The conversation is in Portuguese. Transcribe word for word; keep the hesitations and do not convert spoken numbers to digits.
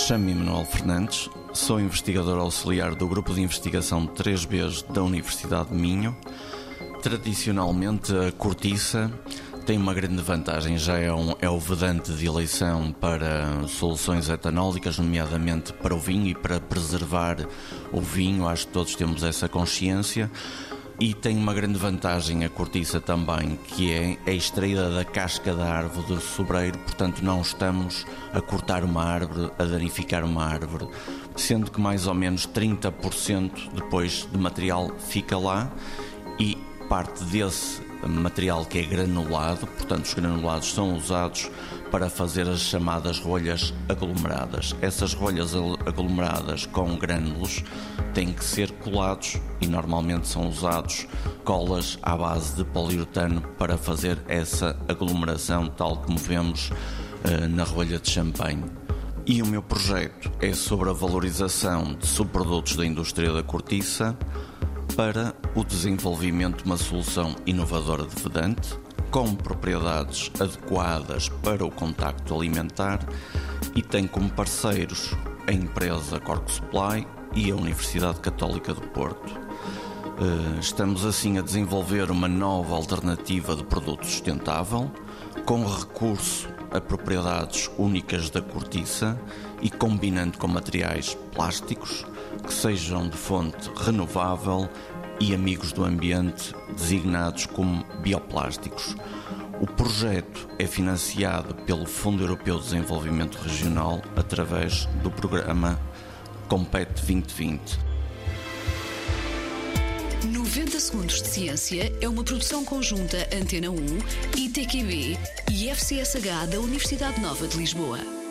Chamo-me Manuel Fernandes, sou investigador auxiliar do Grupo de Investigação três Bs da Universidade de Minho. Tradicionalmente, a cortiça tem uma grande vantagem, já é, um, é o vedante de eleição para soluções etanólicas, nomeadamente para o vinho e para preservar o vinho. Acho que todos temos essa consciência. E tem uma grande vantagem a cortiça também, que é, é extraída da casca da árvore do sobreiro, portanto não estamos a cortar uma árvore, a danificar uma árvore, sendo que mais ou menos trinta por cento depois de material fica lá e parte desse material que é granulado, portanto os granulados são usados para fazer as chamadas rolhas aglomeradas. Essas rolhas aglomeradas com grânulos têm que ser colados e normalmente são usados colas à base de poliuretano para fazer essa aglomeração, tal como vemos uh, na rolha de champanhe. E o meu projeto é sobre a valorização de subprodutos da indústria da cortiça para o desenvolvimento de uma solução inovadora de vedante, com propriedades adequadas para o contacto alimentar, e tem como parceiros a empresa Cork Supply e a Universidade Católica do Porto. Estamos assim a desenvolver uma nova alternativa de produto sustentável, com recurso a propriedades únicas da cortiça e combinando com materiais plásticos que sejam de fonte renovável e amigos do ambiente, designados como bioplásticos. O projeto é financiado pelo Fundo Europeu de Desenvolvimento Regional através do programa Compete vinte vinte. noventa Segundos de Ciência é uma produção conjunta Antena um, I T Q B e F C S H da Universidade Nova de Lisboa.